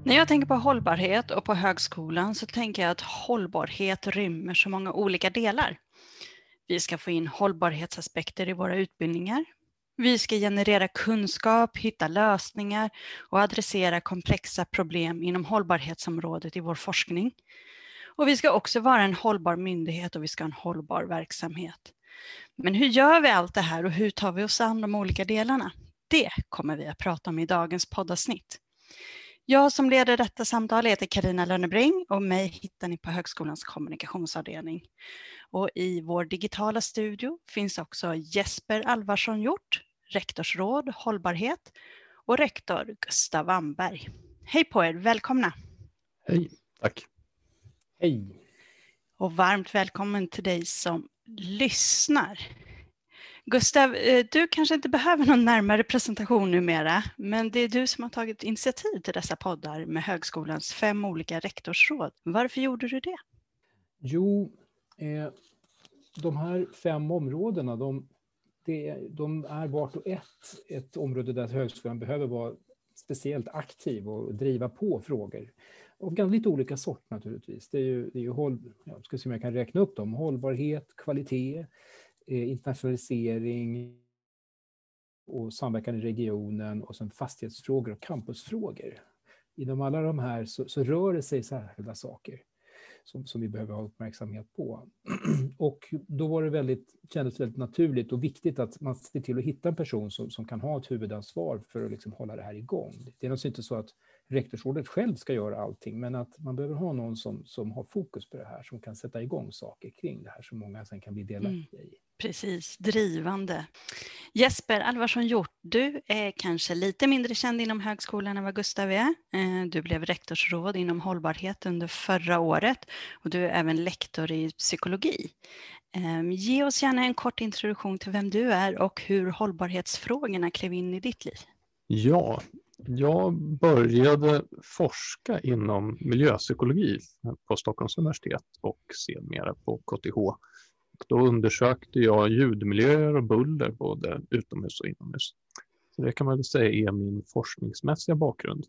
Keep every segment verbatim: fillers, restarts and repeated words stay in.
När jag tänker på hållbarhet och på högskolan så tänker jag att hållbarhet rymmer så många olika delar. Vi ska få in hållbarhetsaspekter i våra utbildningar. Vi ska generera kunskap, hitta lösningar och adressera komplexa problem inom hållbarhetsområdet i vår forskning. Och vi ska också vara en hållbar myndighet och vi ska ha en hållbar verksamhet. Men hur gör vi allt det här och hur tar vi oss an de olika delarna? Det kommer vi att prata om i dagens poddavsnitt. Jag som leder detta samtal heter Carina Lönnebring och mig hittar ni på Högskolans kommunikationsavdelning. Och i vår digitala studio finns också Jesper Alvarsson Hjort, rektorsråd hållbarhet och rektor Gustav Wamberg. Hej på er, välkomna! Hej, tack! Hej! Och varmt välkommen till dig som lyssnar. Gustav, du kanske inte behöver någon närmare presentation numera, men det är du som har tagit initiativ till dessa poddar med högskolans fem olika rektorsråd. Varför gjorde du det? Jo, eh, de här fem områdena, de, det, de är vart och ett ett område där högskolan behöver vara speciellt aktiv och driva på frågor. Av lite olika sort naturligtvis. Det är ju, det är ju håll, jag ska se om jag kan räkna upp dem. Hållbarhet, kvalitet, internationalisering och samverkan i regionen och sen fastighetsfrågor och campusfrågor. Inom alla de här så, så rör det sig särskilda saker som, som vi behöver ha uppmärksamhet på. Och då var det väldigt, kändes väldigt naturligt och viktigt att man ser till att hitta en person som, som kan ha ett huvudansvar för att liksom hålla det här igång. Det är naturligtvis inte så att rektorsrådet själv ska göra allting, men att man behöver ha någon som, som har fokus på det här, som kan sätta igång saker kring det här som många sen kan bli delaktiga i. Mm, precis, drivande. Jesper Alvarsson Hjort, du är kanske lite mindre känd inom högskolan än vad Gustav är. Du blev rektorsråd inom hållbarhet under förra året och du är även lektor i psykologi. Ge oss gärna en kort introduktion till vem du är och hur hållbarhetsfrågorna klev in i ditt liv. Ja, jag började forska inom miljöpsykologi på Stockholms universitet och sedermera på K T H. Och då undersökte jag ljudmiljöer och buller både utomhus och inomhus. Så det kan man väl säga är min forskningsmässiga bakgrund.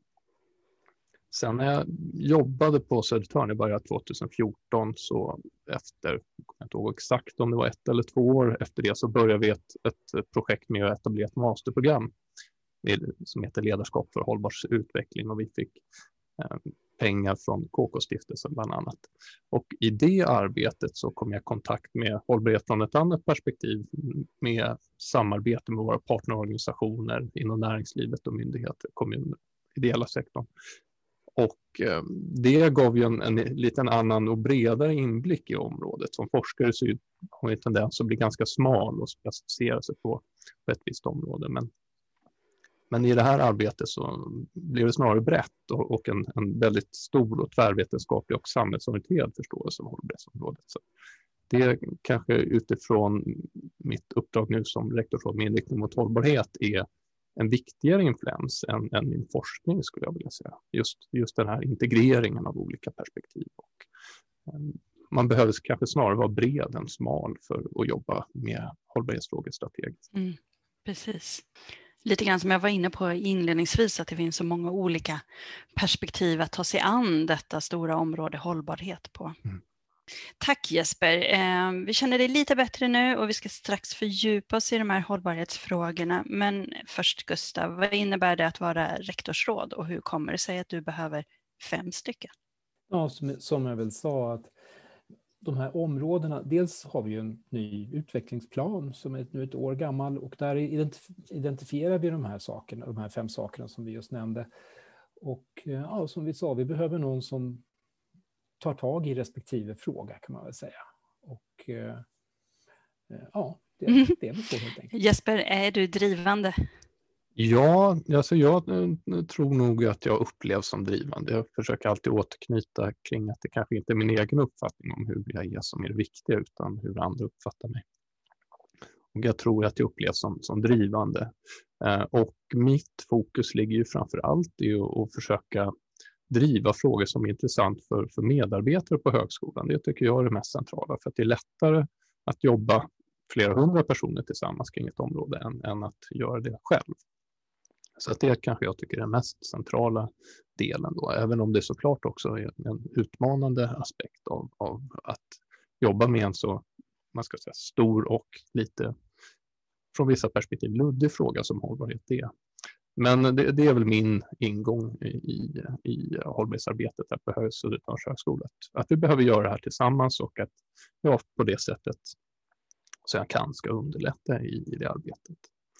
Sen när jag jobbade på Södertörn i början tjugohundrafjorton, så efter, jag kommer inte ihåg exakt om det var ett eller två år efter det, så började vi ett, ett projekt med att etablera ett masterprogram som heter Ledarskap för hållbar utveckling, och vi fick eh, pengar från K K-stiftelsen bland annat. Och i det arbetet så kom jag i kontakt med hållbarhet från ett annat perspektiv, med samarbete med våra partnerorganisationer inom näringslivet och myndigheter, kommuner, ideella sektorn. Och eh, det gav ju en, en liten annan och bredare inblick i området. Som forskare så har vi tendens att bli ganska smal och specificera sig på, på ett visst område, men Men i det här arbetet så blev det snarare brett och, och en, en väldigt stor och tvärvetenskaplig och samhällsorienterad förståelse av hållbarhetsområdet. Så det är kanske utifrån mitt uppdrag nu som rektorsråd med inriktning mot hållbarhet är en viktigare influens än, än min forskning, skulle jag vilja säga. Just, just den här integreringen av olika perspektiv. Och, um, man behöver kanske snarare vara bred än smal för att jobba med hållbarhetsfrågor strategiskt. Mm, precis. Lite grann som jag var inne på inledningsvis, att det finns så många olika perspektiv att ta sig an detta stora område hållbarhet på. Mm. Tack Jesper. Eh, vi känner dig lite bättre nu och vi ska strax fördjupa oss i de här hållbarhetsfrågorna. Men först Gustav, vad innebär det att vara rektorsråd och hur kommer det sig att du behöver fem stycken? Ja, som, som jag väl sa, att de här områdena, dels har vi ju en ny utvecklingsplan som är nu ett år gammal, och där identif- identifierar vi de här sakerna, de här fem sakerna som vi just nämnde. Och ja, som vi sa, vi behöver någon som tar tag i respektive fråga, kan man väl säga. Och eh, ja, det, mm. det är väl så helt enkelt. Jesper, är du drivande? Ja, alltså jag tror nog att jag upplevs som drivande. Jag försöker alltid återknyta kring att det kanske inte är min egen uppfattning om hur jag är som är det viktiga, utan hur andra uppfattar mig. Och jag tror att jag upplevs som, som drivande. Eh, och mitt fokus ligger ju framför allt i att, att försöka driva frågor som är intressant för, för medarbetare på högskolan. Det tycker jag är det mest centrala, för att det är lättare att jobba flera hundra personer tillsammans kring ett område än, än att göra det själv. Så att det kanske jag tycker är den mest centrala delen då, även om det såklart också är en utmanande aspekt av, av att jobba med en så, man ska säga, stor och lite från vissa perspektiv luddig fråga som hållbarhet är. Men det, det är väl min ingång i, i, i hållbarhetsarbetet här på Södertörns högskola. Att vi behöver göra det här tillsammans och att jag på det sättet så jag kan ska underlätta i, i det arbetet.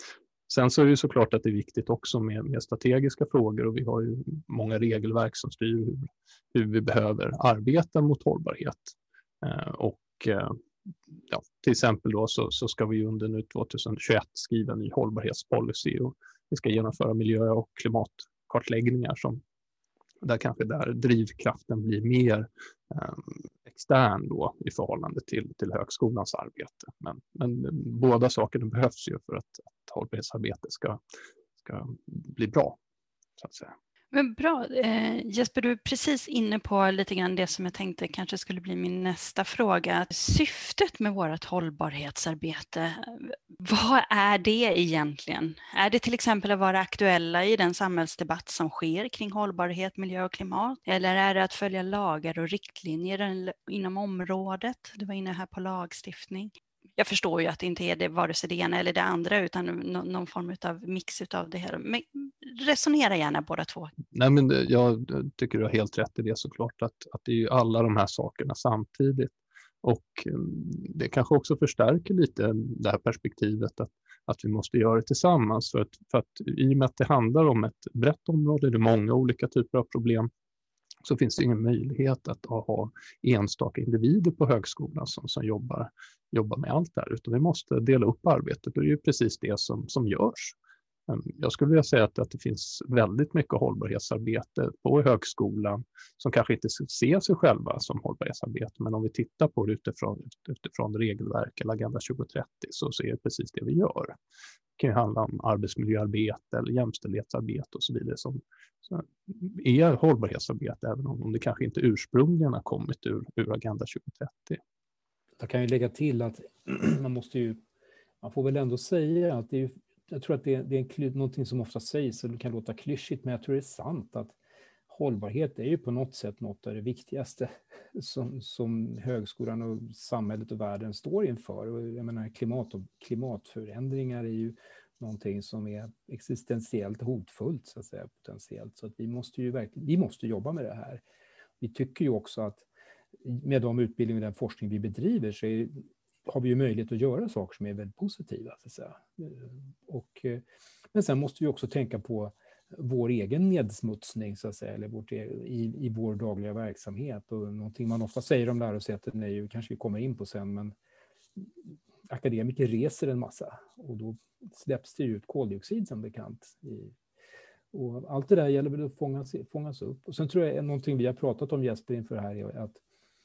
Sen så är det såklart att det är viktigt också med, med strategiska frågor, och vi har ju många regelverk som styr hur, hur vi behöver arbeta mot hållbarhet. Eh, och eh, ja, till exempel då så, så ska vi under nu tjugohundratjugoett skriva en ny hållbarhetspolicy, och vi ska genomföra miljö- och klimatkartläggningar som där kanske där drivkraften blir mer eh, extern då i förhållande till, till högskolans arbete. Men, men båda sakerna behövs ju för att, att hållbarhetsarbete ska, ska bli bra, så att säga. Men bra. Eh, Jesper, du är precis inne på lite grann det som jag tänkte kanske skulle bli min nästa fråga. Syftet med vårt hållbarhetsarbete, vad är det egentligen? Är det till exempel att vara aktuella i den samhällsdebatt som sker kring hållbarhet, miljö och klimat? Eller är det att följa lagar och riktlinjer inom området? Du var inne här på lagstiftning. Jag förstår ju att det inte är det, vare sig det ena eller det andra, utan någon, någon form av mix av det här. Men resonera gärna båda två. Nej, men jag tycker du har helt rätt i det såklart, att, att det är ju alla de här sakerna samtidigt. Och det kanske också förstärker lite det här perspektivet att, att vi måste göra det tillsammans. För att, för att i och med att det handlar om ett brett område, det är många olika typer av problem, så finns det ingen möjlighet att ha enstaka individer på högskolan som, som jobbar, jobbar med allt det här. Utan vi måste dela upp arbetet, och det är ju precis det som, som görs. Jag skulle vilja säga att, att det finns väldigt mycket hållbarhetsarbete på högskolan som kanske inte ser sig själva som hållbarhetsarbete. Men om vi tittar på det utifrån, utifrån regelverk eller Agenda tjugo trettio så, så är det precis det vi gör. Det kan ju handla om arbetsmiljöarbete eller jämställdhetsarbete och så vidare som så är hållbarhetsarbete, även om det kanske inte ursprungligen har kommit ur, ur Agenda tjugo trettio. Jag kan ju lägga till att man måste ju, man får väl ändå säga att det är, jag tror att det är, det är någonting som ofta sägs och det kan låta klyschigt, men jag tror det är sant att hållbarhet är ju på något sätt något av det viktigaste som, som högskolan och samhället och världen står inför. Och jag menar, klimat och klimatförändringar är ju någonting som är existentiellt hotfullt, så att säga, potentiellt. Så att vi måste ju verkligen, vi måste jobba med det här. Vi tycker ju också att med de utbildningar och den forskning vi bedriver så är, har vi ju möjlighet att göra saker som är väldigt positiva, så att säga. Och, men sen måste vi också tänka på vår egen nedsmutsning, så att säga, eller vårt, i, i vår dagliga verksamhet. Och någonting man ofta säger om lärosäten är ju, kanske vi kommer in på sen, men akademiker reser en massa och då släpps det ut koldioxid som bekant. I, och allt det där gäller väl att fångas, fångas upp. Och sen tror jag någonting vi har pratat om, Jesper, inför det här är att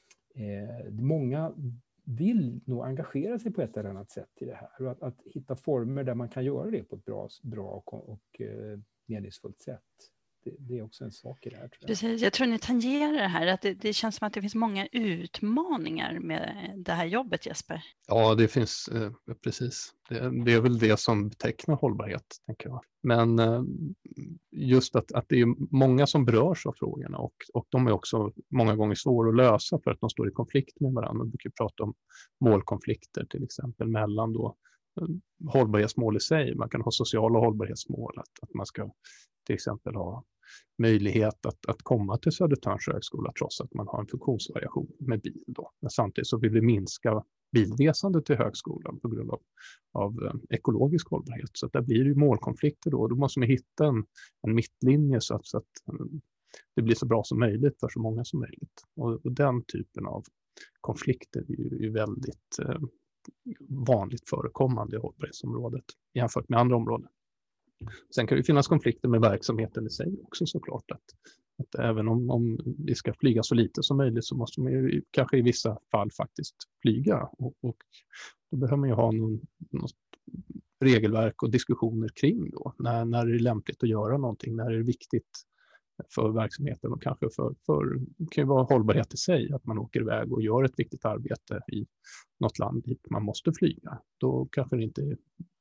eh, många vill nog engagera sig på ett eller annat sätt i det här. Och att, att hitta former där man kan göra det på ett bra, bra och, och eh, meningsfullt sätt. Det, det är också en sak i det här, tror jag. Precis, jag tror ni tangerar det här, att det, det känns som att det finns många utmaningar med det här jobbet, Jesper. Ja, det finns, eh, precis. Det, det är väl det som betecknar hållbarhet, tänker jag. Men eh, just att, att det är många som berörs av frågorna, och, och de är också många gånger svåra att lösa för att de står i konflikt med varandra. Man brukar prata om målkonflikter till exempel mellan då hållbarhetsmål i sig. Man kan ha sociala hållbarhetsmål, att, att man ska till exempel ha möjlighet att, att komma till Södertörns högskola trots att man har en funktionsvariation med bil då. Men samtidigt så vill vi minska bilresandet till högskolan på grund av, av ekologisk hållbarhet. Så att där blir det ju målkonflikter då. Då måste man hitta en, en mittlinje så att, så att det blir så bra som möjligt för så många som möjligt. Och, och den typen av konflikter är ju, är väldigt eh, vanligt förekommande i hållbarhetsområdet jämfört med andra områden. Sen kan det finnas konflikter med verksamheten i sig också, såklart. Att, att även om, om vi ska flyga så lite som möjligt så måste man ju kanske i vissa fall faktiskt flyga. Och, och då behöver man ju ha någon, något regelverk och diskussioner kring då. När, när är det lämpligt att göra någonting? När är det viktigt för verksamheten och kanske för, för det kan ju vara hållbarhet i sig. Att man åker iväg och gör ett viktigt arbete i något land dit man måste flyga. Då kanske det inte är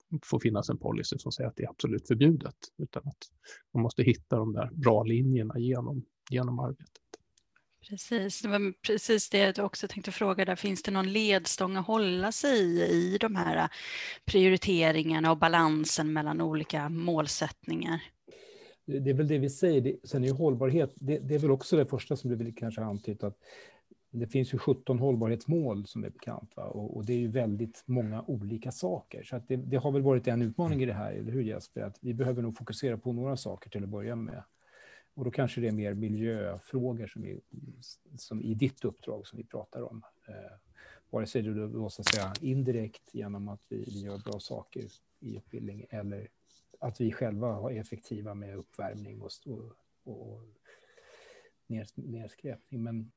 får finnas en policy som säger att det är absolut förbjudet, utan att man måste hitta de där bra linjerna genom, genom arbetet. Precis, det var precis det jag också tänkte fråga. Där finns det någon ledstång att hålla sig i, i de här prioriteringarna och balansen mellan olika målsättningar? Det är väl det vi säger. Det, sen är ju hållbarhet, det, det är väl också det första som du vill kanske antyda, att det finns ju sjutton hållbarhetsmål som är bekant, va? Och, och det är ju väldigt många olika saker. Så att det, det har väl varit en utmaning i det här, eller hur Jesper? Att vi behöver nog fokusera på några saker till att börja med. Och då kanske det är mer miljöfrågor som, är, som i ditt uppdrag som vi pratar om. Eh, vare sig det då så att säga indirekt genom att vi, vi gör bra saker i utbildning, eller att vi själva är effektiva med uppvärmning och, och, och nedskräpning. Men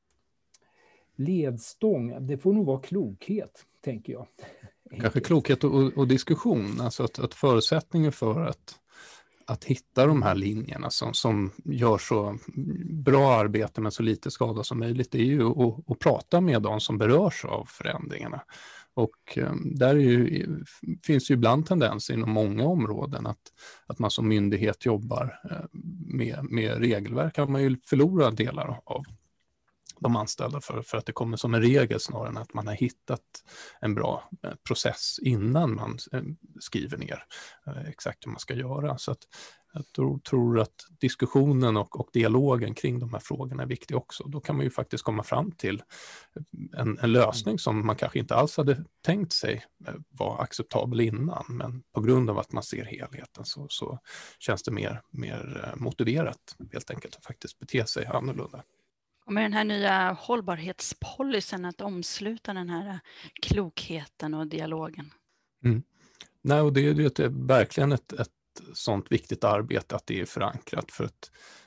ledstång, det får nog vara klokhet, tänker jag. Kanske klokhet och, och diskussion, alltså att, att förutsättningen för att att hitta de här linjerna som, som gör så bra arbete med så lite skada som möjligt, det är ju att, att prata med de som berörs av förändringarna. Och där är ju, finns ju ibland tendenser inom många områden att, att man som myndighet jobbar med, med regelverk, att man ju förlorar delar av de anställda för, för att det kommer som en regel snarare än att man har hittat en bra process innan man skriver ner exakt hur man ska göra. Så att jag tror, tror att diskussionen och, och dialogen kring de här frågorna är viktig också. Då kan man ju faktiskt komma fram till en, en lösning som man kanske inte alls hade tänkt sig var acceptabel innan, men på grund av att man ser helheten så, så känns det mer, mer motiverat helt enkelt att faktiskt bete sig annorlunda. Och med den här nya hållbarhetspolicyn att omsluta den här klokheten och dialogen. Mm. Nej, och det är ju ett, verkligen ett, ett sånt viktigt arbete att det är förankrat, för att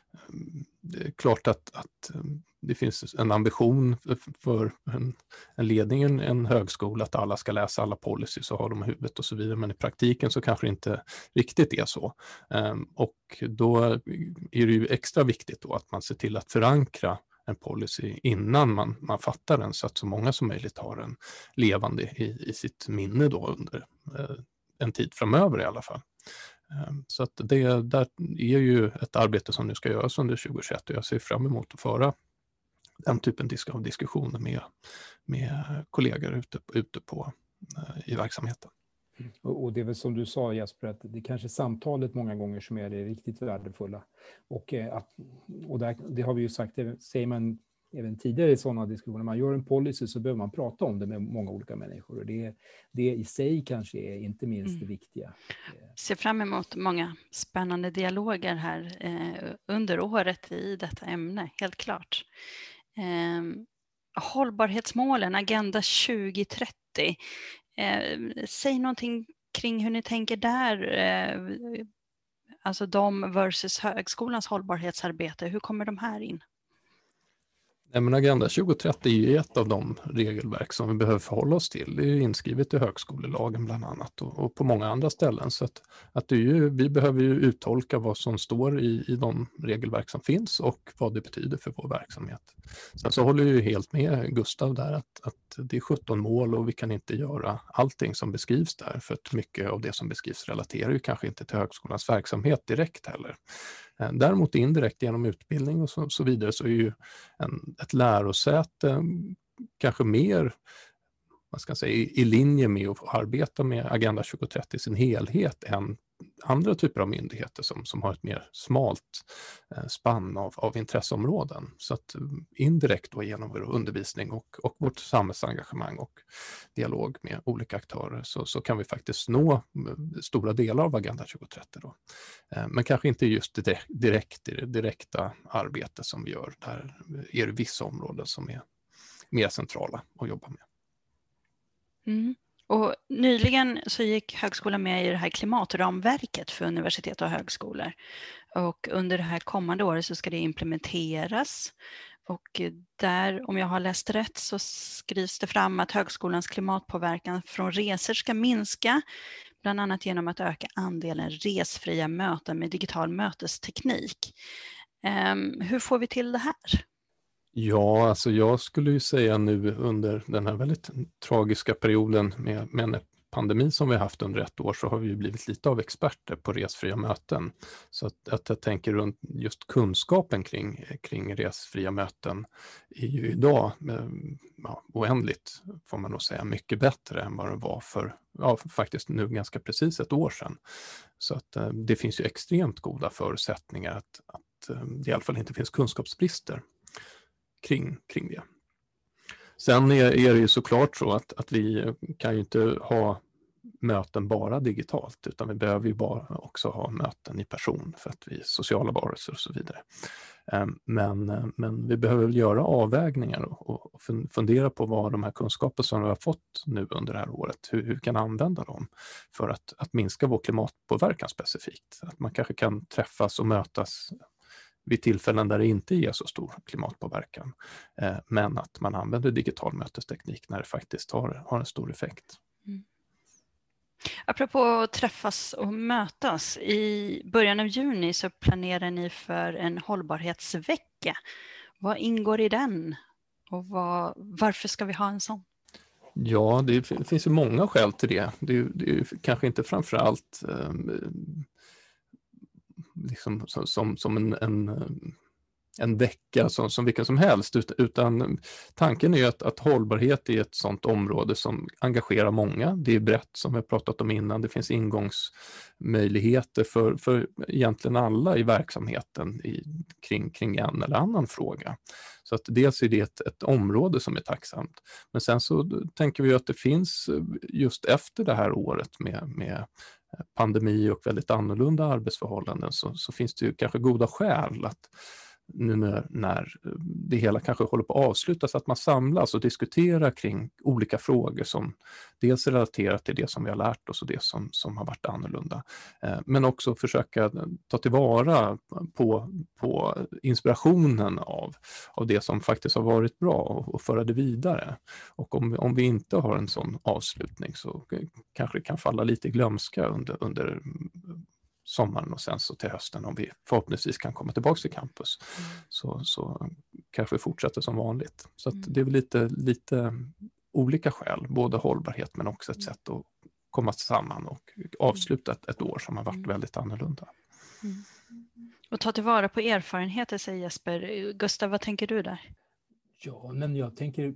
det är klart att, att det finns en ambition för en, en ledning, en, en högskola, att alla ska läsa alla policies och ha dem i huvudet och så vidare, men i praktiken så kanske det inte riktigt är så. Och då är det ju extra viktigt då att man ser till att förankra en policy innan man, man fattar den, så att så många som möjligt har den levande i, i sitt minne då under eh, en tid framöver i alla fall. Eh, så att det där är ju ett arbete som nu ska göras under tjugohundratjugoett, och jag ser fram emot att föra den typen av diskussioner med, med kollegor ute, ute på, eh, i verksamheten. Och det är väl som du sa, Jesper, att det är kanske samtalet många gånger som är det riktigt värdefulla. Och, att, och där, det har vi ju sagt, det säger man även tidigare i sådana diskussioner, när man gör en policy så behöver man prata om det med många olika människor. Och det, det i sig kanske är inte minst mm. det viktiga. Ser fram emot många spännande dialoger här eh, under året i detta ämne, helt klart. Eh, hållbarhetsmålen, Agenda tjugo trettio. Eh, säg någonting kring hur ni tänker där, eh, alltså de versus högskolans hållbarhetsarbete. Hur kommer de här in? Nej, men Agenda tjugo trettio är ju ett av de regelverk som vi behöver förhålla oss till. Det är inskrivet i högskolelagen bland annat, och, och på många andra ställen. Så att, att det är ju, vi behöver ju uttolka vad som står i, i de regelverk som finns och vad det betyder för vår verksamhet. Sen så håller jag ju helt med Gustav där att, att det är sjutton mål och vi kan inte göra allting som beskrivs där, för att mycket av det som beskrivs relaterar ju kanske inte till högskolans verksamhet direkt heller. Däremot indirekt genom utbildning och så, så vidare så är ju en, ett lärosäte kanske mer, vad ska jag säga, i, i linje med att arbeta med Agenda tjugo trettio i sin helhet än andra typer av myndigheter som, som har ett mer smalt eh, spann av, av intresseområden. Så att indirekt då genom vår undervisning och, och vårt samhällsengagemang och dialog med olika aktörer så, så kan vi faktiskt nå stora delar av Agenda tjugo trettio då. Eh, men kanske inte just direkt, direkt i det direkta arbete som vi gör. Där är det vissa områden som är mer centrala att jobba med. Mm. Och nyligen så gick högskolan med i det här klimatramverket för universitet och högskolor. Och under det här kommande året så ska det implementeras. Och där, om jag har läst rätt, så skrivs det fram att högskolans klimatpåverkan från resor ska minska. Bland annat genom att öka andelen resfria möten med digital mötesteknik. Um, hur får vi till det här? Ja, alltså jag skulle ju säga nu under den här väldigt tragiska perioden med, med en pandemi som vi har haft under ett år så har vi ju blivit lite av experter på resfria möten. Så att, att jag tänker runt just kunskapen kring, kring resfria möten är ju idag ja, oändligt, får man nog säga, mycket bättre än vad det var för ja, faktiskt nu ganska precis ett år sedan. Så att det finns ju extremt goda förutsättningar att, att det i alla fall inte finns kunskapsbrister kring, kring det. Sen är, är det ju såklart så att, att vi kan ju inte ha möten bara digitalt, utan vi behöver ju bara också ha möten i person för att vi är sociala varelser och så vidare. Men, men vi behöver göra avvägningar och, och fundera på vad de här kunskaper som vi har fått nu under det här året, hur, hur vi kan använda dem för att, att minska vår klimatpåverkan specifikt. Att man kanske kan träffas och mötas vid tillfällen där det inte ger så stor klimatpåverkan. Eh, men att man använder digital mötesteknik när det faktiskt har, har en stor effekt. Mm. Apropå att träffas och mötas, i början av juni så planerar ni för en hållbarhetsvecka. Vad ingår i den? Och vad, varför ska vi ha en sån? Ja, det finns ju många skäl till det. Det är, det är kanske inte framförallt eh, liksom som, som en, en, en vecka som, som vilken som helst, utan tanken är ju att, att hållbarhet är ett sådant område som engagerar många. Det är brett som vi har pratat om innan. Det finns ingångsmöjligheter för, för egentligen alla i verksamheten i, kring, kring en eller annan fråga. Så att dels är det ett, ett område som är tacksamt. Men sen så tänker vi att det finns just efter det här året med, med pandemi och väldigt annorlunda arbetsförhållanden så, så finns det ju kanske goda skäl att nu när, när det hela kanske håller på att avslutas, att man samlas och diskuterar kring olika frågor som dels är relaterat till det som vi har lärt oss och det som, som har varit annorlunda. Eh, men också försöka ta tillvara på, på inspirationen av, av det som faktiskt har varit bra och, och föra det vidare. Och om, om vi inte har en sån avslutning så kanske det kan falla lite i glömska under, under sommaren och sen så till hösten om vi förhoppningsvis kan komma tillbaka till campus mm. så, så kanske vi fortsätter som vanligt. Så att mm. det är väl lite, lite olika skäl, både hållbarhet men också ett mm. sätt att komma samman och avsluta ett, ett år som har varit mm. väldigt annorlunda. Mm. Och ta tillvara på erfarenheter, säger Jesper. Gustav, vad tänker du där? Ja, men jag tänker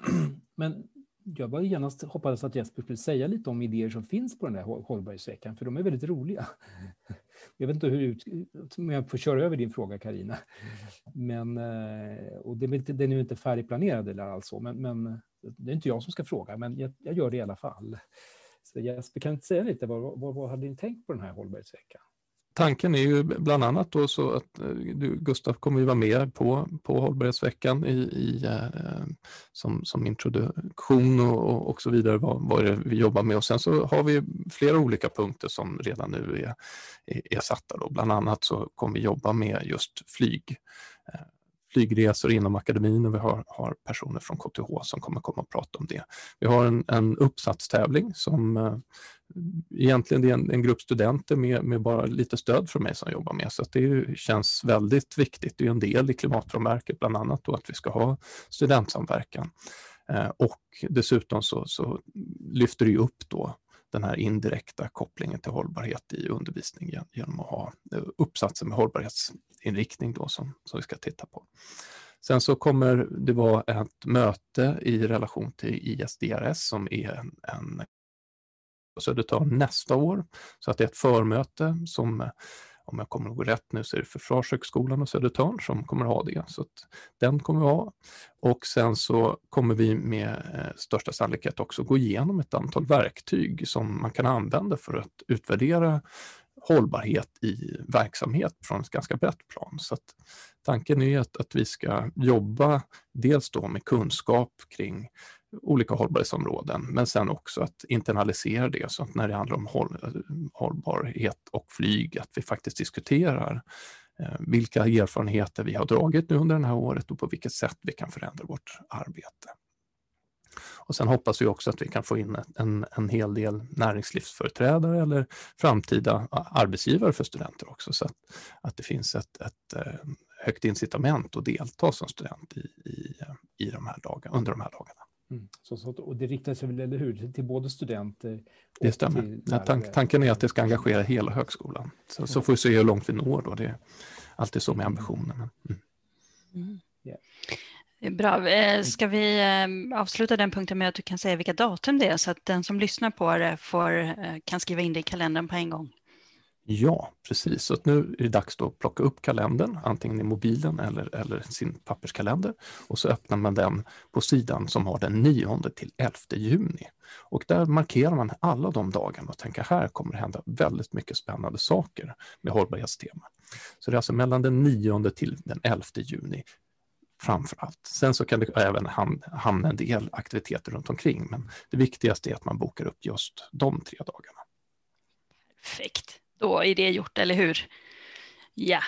men jag var genast hoppades att Jesper skulle säga lite om idéer som finns på den här hållbarhetsveckan, för de är väldigt roliga. Jag vet inte hur om jag får köra över din fråga, Carina. Men och det är, det är nu inte färdigplanerad eller alltså, men, men det är inte jag som ska fråga, men jag, jag gör det i alla fall. Så Jesper, kan inte säga lite vad, vad, vad hade ni tänkt på den här hållbarhetsveckan? Tanken är ju bland annat då så att du, Gustav, kommer ju vara med på, på hållbarhetsveckan i, i, eh, som, som introduktion och, och så vidare, vad, vad är det vi jobbar med. Och sen så har vi flera olika punkter som redan nu är, är, är satta. Då. Bland annat så kommer vi jobba med just flyg. Eh, flygresor inom akademin och vi har, har personer från K T H som kommer komma och prata om det. Vi har en, en uppsatstävling som eh, egentligen är en, en grupp studenter med, med bara lite stöd från mig som jobbar med, så att det ju, känns väldigt viktigt. Det är en del i klimatramverket bland annat då att vi ska ha studentsamverkan. Eh, och dessutom så, så lyfter det ju upp då den här indirekta kopplingen till hållbarhet i undervisning genom att ha uppsatser med hållbarhetsinriktning då som, som vi ska titta på. Sen så kommer det vara ett möte i relation till I S D R S som är en, en Södertörn nästa år. Så att det är ett förmöte som, om jag kommer att gå rätt nu, så är det Försvarshögskolan och Södertörn som kommer att ha det. Så att den kommer vi ha. Och sen så kommer vi med största sannolikhet också gå igenom ett antal verktyg som man kan använda för att utvärdera hållbarhet i verksamhet från ett ganska brett plan. Så att tanken är att, att vi ska jobba dels då med kunskap kring olika hållbarhetsområden, men sen också att internalisera det så att när det handlar om håll, hållbarhet och flyg, att vi faktiskt diskuterar eh, vilka erfarenheter vi har dragit nu under det här året och på vilket sätt vi kan förändra vårt arbete. Och sen hoppas vi också att vi kan få in en, en hel del näringslivsföreträdare eller framtida arbetsgivare för studenter också, så att, att det finns ett, ett högt incitament att delta som student i, i, i de här dagarna, under de här dagarna. Mm. Så, så, och det riktar sig väl, eller hur, till både studenter och Det stämmer. till Ja, tank, tanken är att det ska engagera hela högskolan. Så, så får vi se hur långt vi når då. Det är alltid så med ambitionen. Mm. Mm. Yeah. Bra. Ska vi avsluta den punkten med att du kan säga vilka datum det är så att den som lyssnar på det får, kan skriva in det i kalendern på en gång? Ja, precis. Så att nu är det dags då att plocka upp kalendern, antingen i mobilen eller, eller sin papperskalender. Och så öppnar man den på sidan som har den nionde till elfte juni. Och där markerar man alla de dagarna och tänker här kommer det hända väldigt mycket spännande saker med hållbarhetstema. Så det är alltså mellan den nionde till den elfte juni framför allt. Sen så kan det även hamna en del aktiviteter runt omkring, men det viktigaste är att man bokar upp just de tre dagarna. Perfekt. Då är det gjort, eller hur? Ja.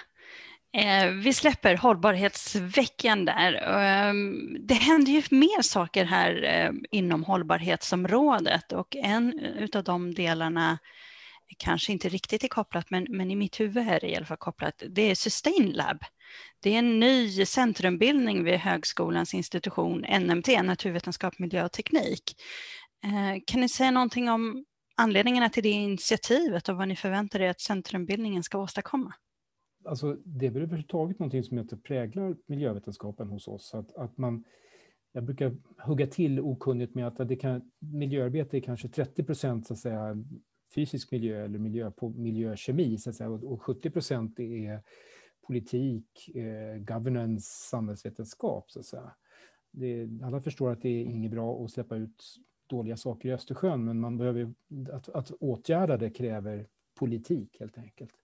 Eh, vi släpper hållbarhetsveckan där. Eh, det händer ju mer saker här eh, inom hållbarhetsområdet och en utav de delarna kanske inte riktigt är kopplat, men, men i mitt huvud är det i alla fall kopplat. Det är Sustain Lab. Det är en ny centrumbildning vid högskolans institution N M T, naturvetenskap, miljö och teknik. Eh, kan ni säga någonting om anledningarna till det initiativet och vad ni förväntar er att centrumbildningen ska åstadkomma? Alltså, det är väl överhuvudtaget någonting som inte präglar miljövetenskapen hos oss. Att, att man, jag brukar hugga till okunnigt med att det kan, miljöarbete är kanske trettio procent så att säga, fysisk miljö eller miljö på miljökemi så att säga, och sjuttio procent är politik, eh, governance, samhällsvetenskap så att säga. Det, alla förstår att det är inget bra att släppa ut dåliga saker i Östersjön, men man behöver, att, att åtgärda det kräver politik helt enkelt.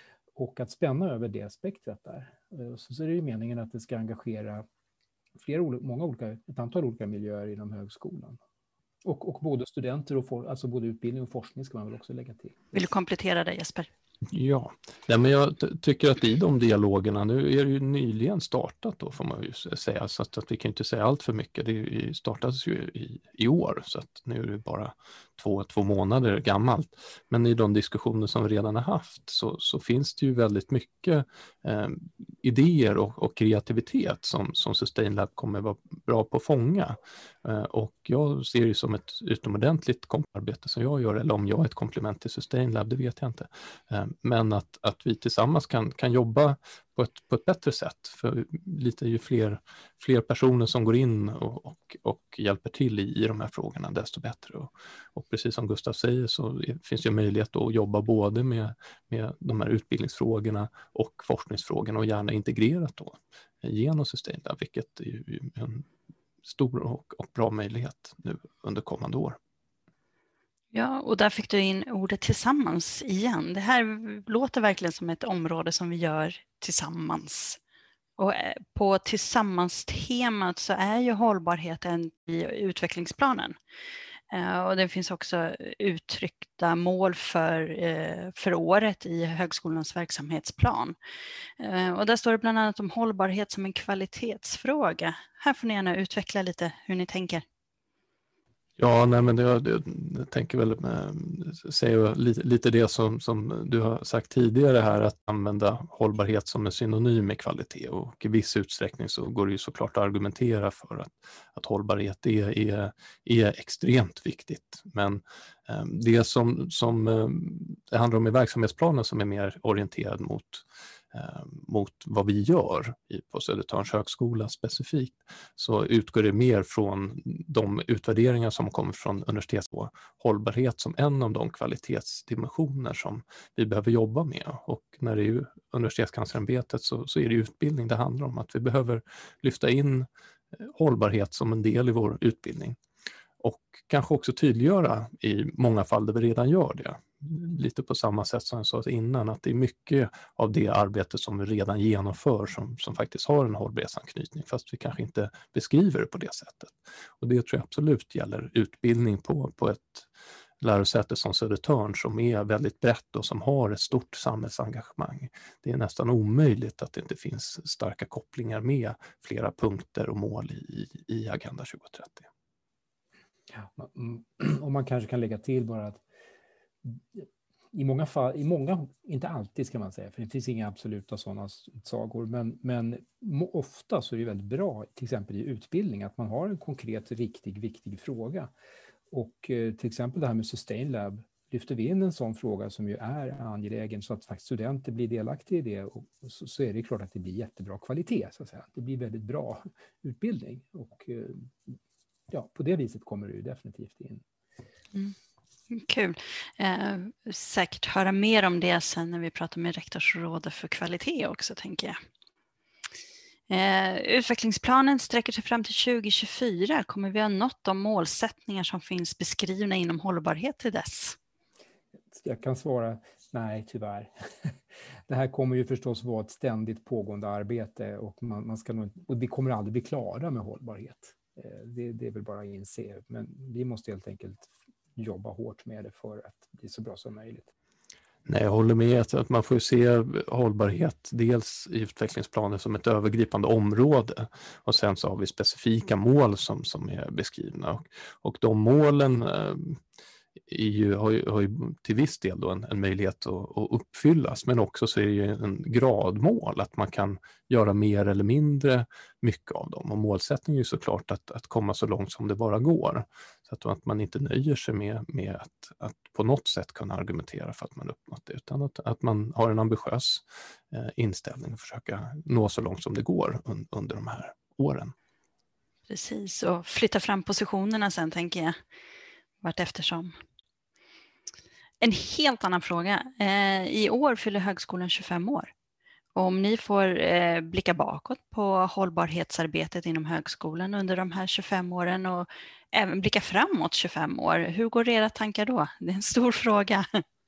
Och att spänna över det spektrat där. Så, så är det ju meningen att det ska engagera flera, många olika, ett antal olika miljöer inom högskolan. Och, och både studenter och for, alltså både utbildning och forskning ska man väl också lägga till. Vill du komplettera det, Jesper? Ja, nej, men jag t- tycker att i de dialogerna, nu är det ju nyligen startat då får man ju säga, så att, att vi kan inte säga allt för mycket. Det startades ju i, i år så att nu är det bara två, två månader gammalt. Men i de diskussioner som vi redan har haft så, så finns det ju väldigt mycket eh, idéer och, och kreativitet som, som Sustain Lab kommer vara bra på att fånga. Eh, och jag ser det som ett utomordentligt arbete som jag gör, eller om jag är ett komplement till Sustain Lab, det vet jag inte. Eh, men att, att vi tillsammans kan, kan jobba på ett, på ett bättre sätt. För lite ju fler, fler personer som går in och, och, och hjälper till i, i de här frågorna, desto bättre. Och, och precis som Gustav säger så finns det möjlighet att jobba både med, med de här utbildningsfrågorna och forskningsfrågorna och gärna integrerat då genom Sustain Lab, vilket är ju en stor och, och bra möjlighet nu under kommande år. Ja, och där fick du in ordet tillsammans igen. Det här låter verkligen som ett område som vi gör tillsammans. Och på tillsammans-temat så är ju hållbarheten i utvecklingsplanen. Och det finns också uttryckta mål för, för året i högskolans verksamhetsplan. Och där står det bland annat om hållbarhet som en kvalitetsfråga. Här får ni gärna utveckla lite hur ni tänker. Ja, nej, men det, jag, jag tänker väl säga lite, lite det som, som du har sagt tidigare här, att använda hållbarhet som en synonym med kvalitet, och i viss utsträckning så går det ju såklart att argumentera för att, att hållbarhet är, är, är extremt viktigt. Men eh, det som, som eh, det handlar om i verksamhetsplanen som är mer orienterad mot mot vad vi gör på Södertörns högskola specifikt, så utgår det mer från de utvärderingar som kommer från universitet och hållbarhet som en av de kvalitetsdimensioner som vi behöver jobba med. Och när det är universitetskanslerämbetet så, så är det utbildning det handlar om, att vi behöver lyfta in hållbarhet som en del i vår utbildning och kanske också tydliggöra i många fall där vi redan gör det. Lite på samma sätt som jag sa innan, att det är mycket av det arbete som vi redan genomför som, som faktiskt har en hållbarhetsanknytning, fast vi kanske inte beskriver det på det sättet. Och det tror jag absolut gäller utbildning på, på ett lärosäte som Södertörn som är väldigt brett och som har ett stort samhällsengagemang. Det är nästan omöjligt att det inte finns starka kopplingar med flera punkter och mål i, i Agenda tjugo trettio. Ja, och man kanske kan lägga till bara att i många fall, i många, inte alltid ska man säga, för det finns inga absoluta sådana utsagor, men, men ofta så är det väldigt bra, till exempel i utbildning, att man har en konkret, riktig, viktig fråga. Och eh, till exempel det här med Sustain Lab, lyfter vi in en sån fråga som ju är angelägen så att faktiskt studenter blir delaktiga i det, och så, så är det klart att det blir jättebra kvalitet, så att säga. Det blir väldigt bra utbildning, och eh, ja, på det viset kommer det ju definitivt in. Mm. Kul. Eh, säkert höra mer om det sen när vi pratar med rektorsrådet för kvalitet också, tänker jag. Eh, utvecklingsplanen sträcker sig fram till tjugo tjugofyra. Kommer vi ha nått de målsättningar som finns beskrivna inom hållbarhet till dess? Jag kan svara nej, tyvärr. Det här kommer ju förstås vara ett ständigt pågående arbete, och, man, man ska nog, och vi kommer aldrig bli klara med hållbarhet. Eh, det, det är väl bara att inse, men vi måste helt enkelt jobba hårt med det för att bli så bra som möjligt. Nej, jag håller med att man får se hållbarhet dels i utvecklingsplanen som ett övergripande område, och sen så har vi specifika mål som, som är beskrivna, och, och de målen eh, är ju, har, ju, har ju till viss del då en, en möjlighet att, att uppfyllas, men också så är det ju en gradmål, att man kan göra mer eller mindre mycket av dem, och målsättningen är ju såklart att, att komma så långt som det bara går, så att, att man inte nöjer sig med, med att, att på något sätt kunna argumentera för att man uppnått det, utan att, att man har en ambitiös eh, inställning och försöka nå så långt som det går un, under de här åren. Precis, och flytta fram positionerna sen, tänker jag, vart eftersom. En helt annan fråga. Eh, I år fyller högskolan tjugofem år. Om ni får eh, blicka bakåt på hållbarhetsarbetet inom högskolan under de här tjugofem åren, och även blicka framåt tjugofem år, hur går era tankar då? Det är en stor fråga.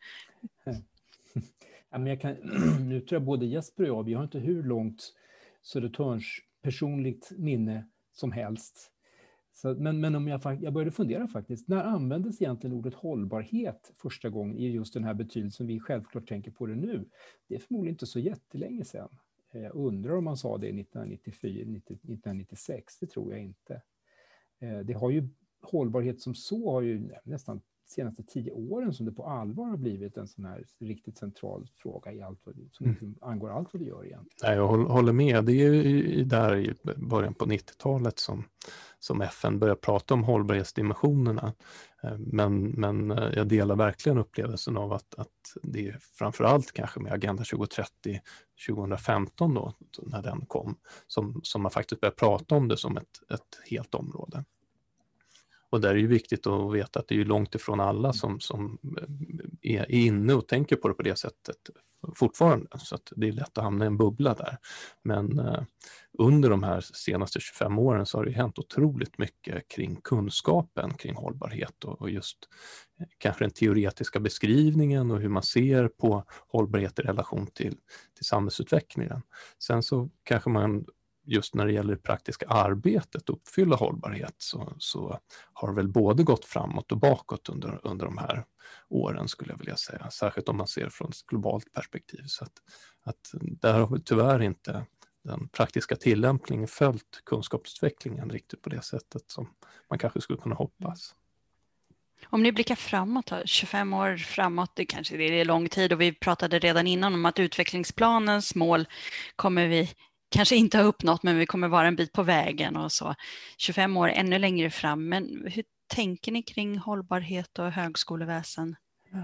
Ja, men jag kan, nu tror jag både Jesper och jag, vi har inte hur långt Södertörns personligt minne som helst. Så, men men om jag, jag började fundera faktiskt, när användes egentligen ordet hållbarhet första gången i just den här betydelsen vi självklart tänker på det nu? Det är förmodligen inte så jättelänge sedan. Jag undrar om man sa det nittonhundranittiofyra nittonhundranittiosex, det tror jag inte. Det har ju, hållbarhet som så har ju nästan de senaste tio åren som det på allvar har blivit en sån här riktigt central fråga i allt vad det, som mm. angår allt vad det gör egentligen. Nej, jag håller med. Det är ju där i början på nittiotalet som, som F N börjar prata om hållbarhetsdimensionerna. Men, men jag delar verkligen upplevelsen av att, att det är framförallt kanske med Agenda tjugo trettio tjugohundrafemton då, när den kom, som, som man faktiskt börjar prata om det som ett, ett helt område. Och där är det viktigt att veta att det är långt ifrån alla som, som är inne och tänker på det på det sättet fortfarande. Så att det är lätt att hamna i en bubbla där. Men eh, under de här senaste tjugofem åren så har det hänt otroligt mycket kring kunskapen kring hållbarhet, och, och just eh, kanske den teoretiska beskrivningen och hur man ser på hållbarhet i relation till, till samhällsutvecklingen. Sen så kanske man just när det gäller det praktiska arbetet uppfylla hållbarhet så, så har väl både gått framåt och bakåt under, under de här åren, skulle jag vilja säga. Särskilt om man ser från ett globalt perspektiv. Så att, att där har vi tyvärr inte den praktiska tillämpningen följt kunskapsutvecklingen riktigt på det sättet som man kanske skulle kunna hoppas. Om ni blickar framåt, då, tjugofem år framåt, det kanske det är lång tid, och vi pratade redan innan om att utvecklingsplanens mål kommer vi kanske inte ha uppnått, men vi kommer vara en bit på vägen och så. tjugofem år ännu längre fram, men hur tänker ni kring hållbarhet och högskoleväsen?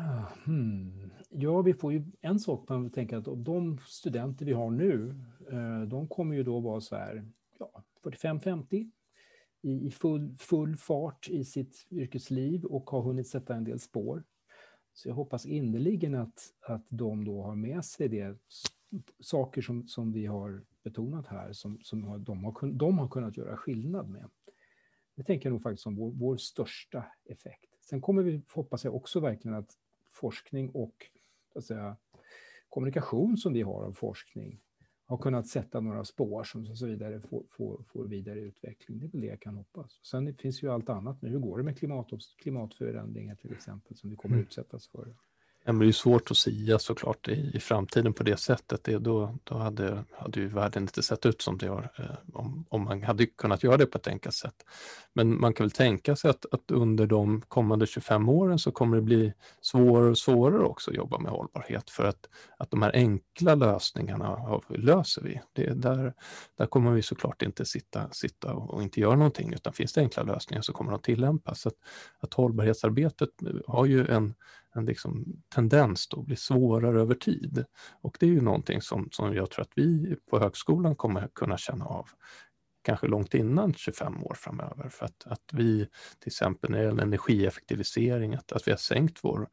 Hmm. Ja, vi får ju en sak man tänka att de studenter vi har nu, de kommer ju då vara så här, ja, fyrtiofem femtio i full, full fart i sitt yrkesliv och har hunnit sätta en del spår. Så jag hoppas innerligen att, att de då har med sig det, saker som, som vi har betonat här, som, som har, de, har, de har kunnat göra skillnad med. Det tänker jag nog faktiskt som vår, vår största effekt. Sen kommer vi, hoppas jag också verkligen att forskning och så att säga, kommunikation som vi har av forskning har kunnat sätta några spår som så vidare får, får, får vidare utveckling. Det är väl det jag kan hoppas. Sen finns ju allt annat nu. Hur går det med klimat, klimatförändringar till exempel som vi kommer utsättas för? Men det är ju svårt att sia såklart i, i framtiden på det sättet. Det, då då hade, hade ju världen inte sett ut som det gör eh, om, om man hade kunnat göra det på ett enkelt sätt. Men man kan väl tänka sig att, att under de kommande tjugofem åren så kommer det bli svårare och svårare också att jobba med hållbarhet, för att, att de här enkla lösningarna löser vi. Det, där, där kommer vi såklart inte sitta, sitta och, och inte göra någonting, utan finns det enkla lösningar så kommer de att tillämpas. Så att, att hållbarhetsarbetet har ju en en liksom tendens att bli svårare över tid. Och det är ju någonting som, som jag tror att vi på högskolan kommer kunna känna av kanske långt innan tjugofem år framöver. För att, att vi till exempel när det gäller energieffektivisering, att, att vi har sänkt vår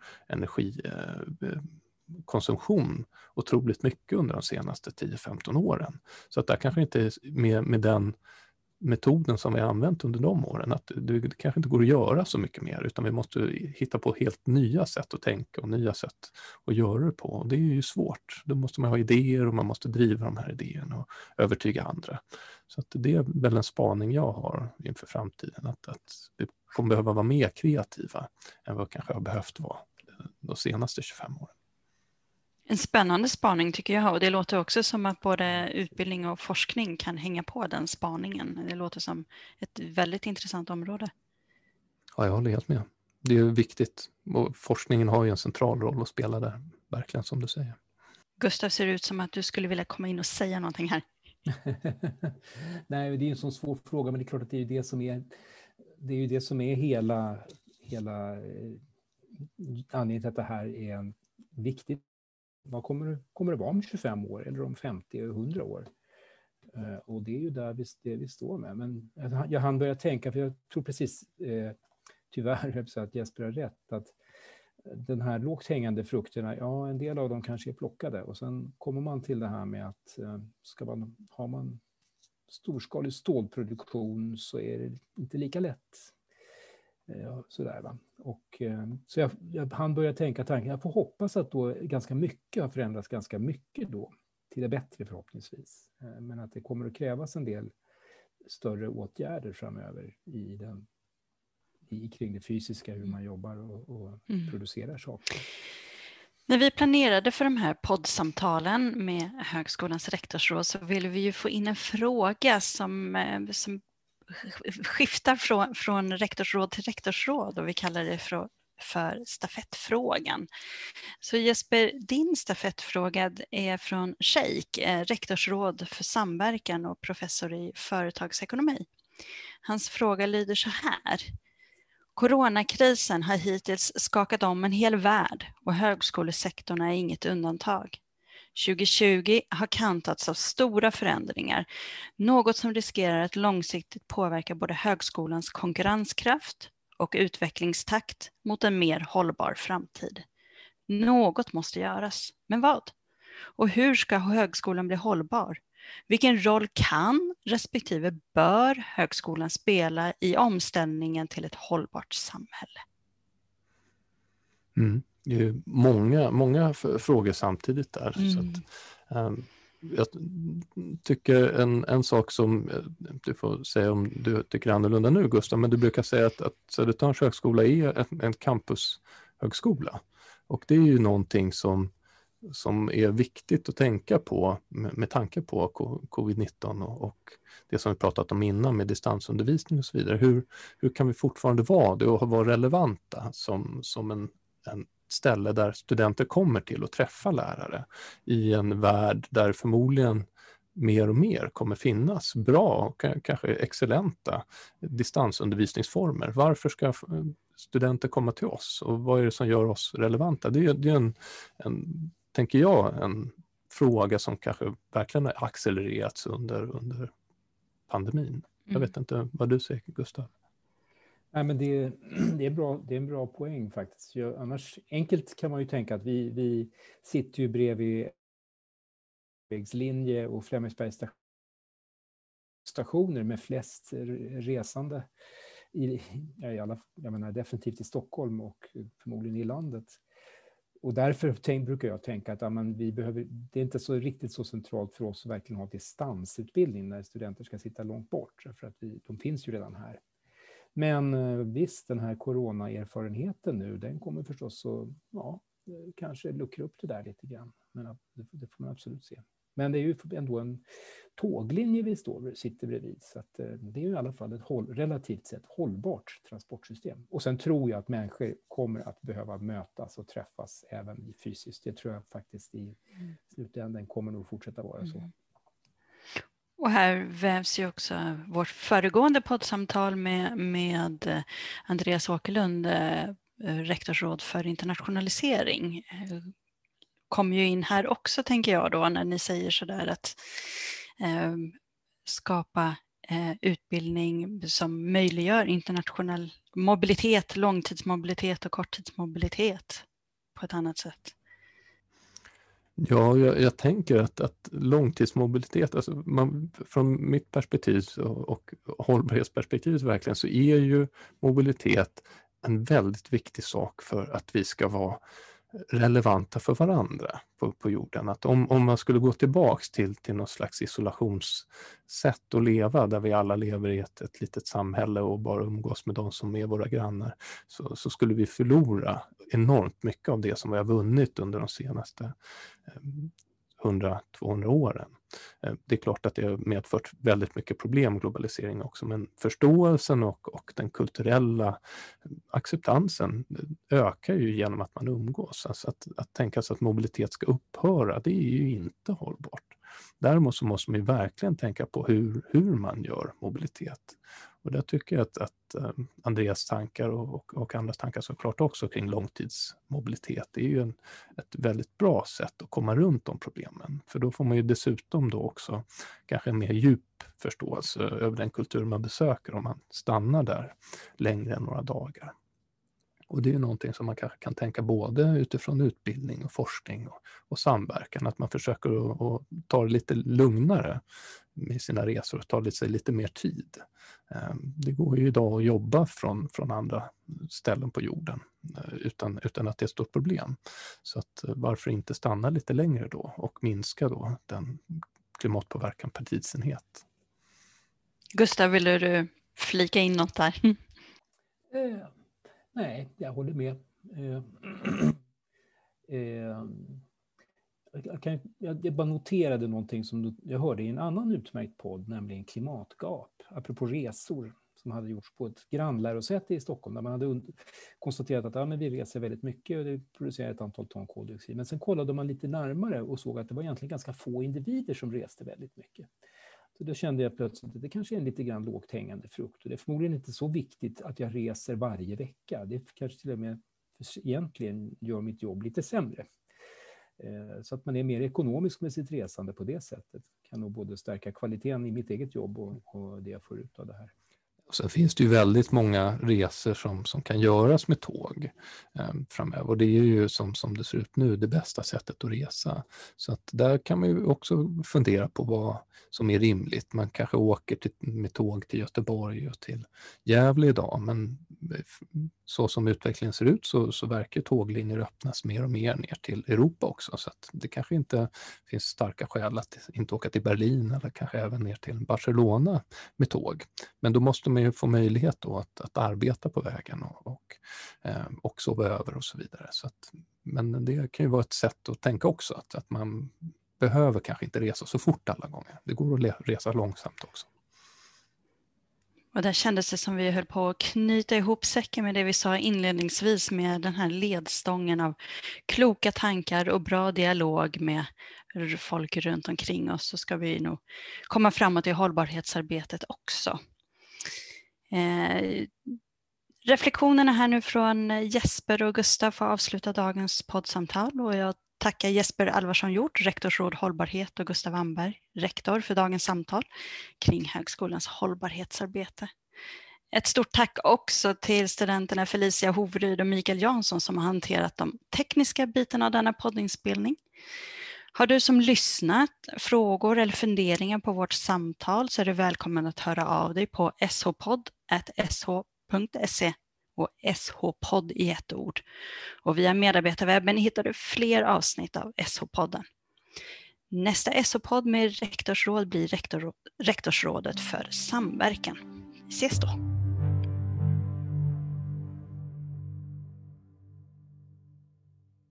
energikonsumtion otroligt mycket under de senaste tio femton åren. Så att det kanske inte med, med den metoden som vi har använt under de åren, att det kanske inte går att göra så mycket mer, utan vi måste hitta på helt nya sätt att tänka och nya sätt att göra det på. Och det är ju svårt. Då måste man ha idéer och man måste driva de här idéerna och övertyga andra. Så att det är väl en spaning jag har inför framtiden, att, att vi kommer behöva vara mer kreativa än vad kanske har behövt vara de senaste tjugofem åren. En spännande spaning tycker jag, och det låter också som att både utbildning och forskning kan hänga på den spaningen. Det låter som ett väldigt intressant område. Ja, jag håller helt med. Det är viktigt, och forskningen har ju en central roll att spela där, verkligen som du säger. Gustav, ser ut som att du skulle vilja komma in och säga någonting här. Nej, det är en sån svår fråga, men det är klart att det är det som är, det är ju det som är hela, hela anledningen till att det här är en viktig. Vad kommer det, kommer det vara om tjugofem år eller om femtio och hundra år? Uh, och det är ju där vi, det vi står med. Men jag, jag hann börja tänka, för jag tror precis, eh, tyvärr så att Jesper har rätt, att den här lågt hängande frukterna, ja, en del av dem kanske är plockade. Och sen kommer man till det här med att eh, ska man, har man storskalig stålproduktion så är det inte lika lätt. Ja, sådär va. Och, så jag, jag hann börja tänka tanken, jag får hoppas att då ganska mycket har förändrats ganska mycket då, till det bättre förhoppningsvis. Men att det kommer att krävas en del större åtgärder framöver i den, i, kring det fysiska, hur man jobbar och, och mm. producerar saker. När vi planerade för de här poddsamtalen med Högskolans rektorsråd så ville vi ju få in en fråga som, som skiftar från, från rektorsråd till rektorsråd, och vi kallar det för, för stafettfrågan. Så Jesper, din stafettfråga är från Sheikh, rektorsråd för samverkan och professor i företagsekonomi. Hans fråga lyder så här: Coronakrisen har hittills skakat om en hel värld och högskolesektorn är inget undantag. tjugo tjugo har kantats av stora förändringar, något som riskerar att långsiktigt påverka både högskolans konkurrenskraft och utvecklingstakt mot en mer hållbar framtid. Något måste göras, men vad? Och hur ska högskolan bli hållbar? Vilken roll kan respektive bör högskolan spela i omställningen till ett hållbart samhälle? Mm. Det är många, många frågor samtidigt där. Mm. Så att, um, jag tycker en, en sak som du får säga om du tycker annorlunda nu, Gustav, men du brukar säga att, att Södertörns högskola är en, en campushögskola. Och det är ju någonting som, som är viktigt att tänka på med, med tanke på covid nitton och, och det som vi pratat om innan med distansundervisning och så vidare. Hur, hur kan vi fortfarande vara det och vara relevanta som, som en, en ställe där studenter kommer till och träffa lärare i en värld där förmodligen mer och mer kommer finnas bra och kanske excellenta distansundervisningsformer. Varför ska studenter komma till oss och vad är det som gör oss relevanta? Det är, det är en, en, tänker jag, en fråga som kanske verkligen har accelererats under, under pandemin. Mm. Jag vet inte vad du säger, Gustav. Nej, men det, det, är bra, det är en bra poäng faktiskt. Jag, annars, enkelt kan man ju tänka att vi, vi sitter ju bredvid vägslinje och Flemingsbergs stationer med flest resande i, i alla, jag menar definitivt i Stockholm och förmodligen i landet. Och därför tänk, brukar jag tänka att ja, men vi behöver, det är inte så riktigt så centralt för oss att verkligen ha distansutbildning när studenter ska sitta långt bort, för att vi, de finns ju redan här. Men visst, den här corona-erfarenheten nu, den kommer förstås att ja, kanske luckra upp det där lite grann. Men det, det får man absolut se. Men det är ju ändå en tåglinje vi står, sitter bredvid. Så att det är ju i alla fall ett håll, relativt sett hållbart transportsystem. Och sen tror jag att människor kommer att behöva mötas och träffas även fysiskt. Det tror jag faktiskt i slutändan kommer nog fortsätta vara så. Mm. Och här vävs ju också vårt föregående poddsamtal med, med Andreas Åkerlund, rektorsråd för internationalisering. Kommer ju in här också, tänker jag då, när ni säger sådär att eh, skapa eh, utbildning som möjliggör internationell mobilitet, långtidsmobilitet och korttidsmobilitet på ett annat sätt. Ja, jag, jag tänker att, att långtidsmobilitet, alltså man, från mitt perspektiv och, och hållbarhetsperspektiv verkligen, så är ju mobilitet en väldigt viktig sak för att vi ska vara relevanta för varandra på, på jorden. Att om, om man skulle gå tillbaks till, till något slags isolationssätt att leva, där vi alla lever i ett, ett litet samhälle och bara umgås med de som är våra grannar, så, så skulle vi förlora enormt mycket av det som vi har vunnit under de senaste eh, hundra till tvåhundra åren. Det är klart att det har medfört väldigt mycket problem, globalisering också, men förståelsen och, och den kulturella acceptansen ökar ju genom att man umgås. Alltså att, att tänka sig att mobilitet ska upphöra, det är ju inte hållbart. Däremot så måste man ju verkligen tänka på hur, hur man gör mobilitet. Och där tycker jag att, att um, Andreas tankar och, och, och andras tankar såklart också kring långtidsmobilitet, det är ju en, ett väldigt bra sätt att komma runt de problemen. För då får man ju dessutom då också kanske en mer djup förståelse över den kultur man besöker om man stannar där längre än några dagar. Och det är ju någonting som man kanske kan tänka både utifrån utbildning och forskning och, och samverkan, att man försöker att, att ta det lite lugnare med sina resor och ta lite, lite mer tid. Det går ju idag att jobba från, från andra ställen på jorden utan, utan att det är ett stort problem. Så att varför inte stanna lite längre då och minska då den klimatpåverkan per tidsenhet. Gustav, vill du flika in något där? Eh. Nej, jag håller med. Eh, eh, jag, kan, jag, jag bara noterade någonting som jag hörde i en annan utmärkt podd, nämligen Klimatgap, apropå resor som hade gjorts på ett grannlärosäte i Stockholm, där man hade und- konstaterat att ja, men vi reser väldigt mycket och det producerar ett antal ton koldioxid. Men sen kollade man lite närmare och såg att det var egentligen ganska få individer som reste väldigt mycket. Så då kände jag plötsligt att det kanske är en lite grann lågt hängande frukt. Och det är förmodligen inte så viktigt att jag reser varje vecka. Det kanske till och med egentligen gör mitt jobb lite sämre. Så att man är mer ekonomisk med sitt resande på det sättet kan nog både stärka kvaliteten i mitt eget jobb och, och det jag får ut av det här. Och sen finns det ju väldigt många resor som, som kan göras med tåg eh, framöver. Och det är ju som, som det ser ut nu det bästa sättet att resa. Så att där kan man ju också fundera på vad som är rimligt. Man kanske åker till, med tåg till Göteborg och till Gävle idag. Men så som utvecklingen ser ut så, så verkar tåglinjer öppnas mer och mer ner till Europa också. Så att det kanske inte finns starka skäl att inte åka till Berlin eller kanske även ner till Barcelona med tåg. Men då måste man ju få möjlighet då att, att arbeta på vägen och, och, eh, och sova över och så vidare. Så att, men det kan ju vara ett sätt att tänka också, att, att man behöver kanske inte resa så fort alla gånger. Det går att resa långsamt också. Och där kändes det som vi höll på att knyta ihop säcken med det vi sa inledningsvis, med den här ledstången av kloka tankar och bra dialog med folk runt omkring oss, så ska vi nog komma framåt i hållbarhetsarbetet också. Eh, reflektionerna här nu från Jesper och Gustav får avsluta dagens poddsamtal, och jag tackar Jesper Alvarsson Hjort, rektorsråd hållbarhet, och Gustav Wamberg, rektor, för dagens samtal kring högskolans hållbarhetsarbete. Ett stort tack också till studenterna Felicia Hovryd och Mikael Jansson som har hanterat de tekniska bitarna av denna poddinspelning. Har du som lyssnat frågor eller funderingar på vårt samtal så är du välkommen att höra av dig på shopodd at sh punkt se och shopodd i ett ord. Och via medarbetarwebben hittar du fler avsnitt av S H-podden. Nästa S H-podd med rektorsråd blir rektor, rektorsrådet för samverkan. Vi ses då!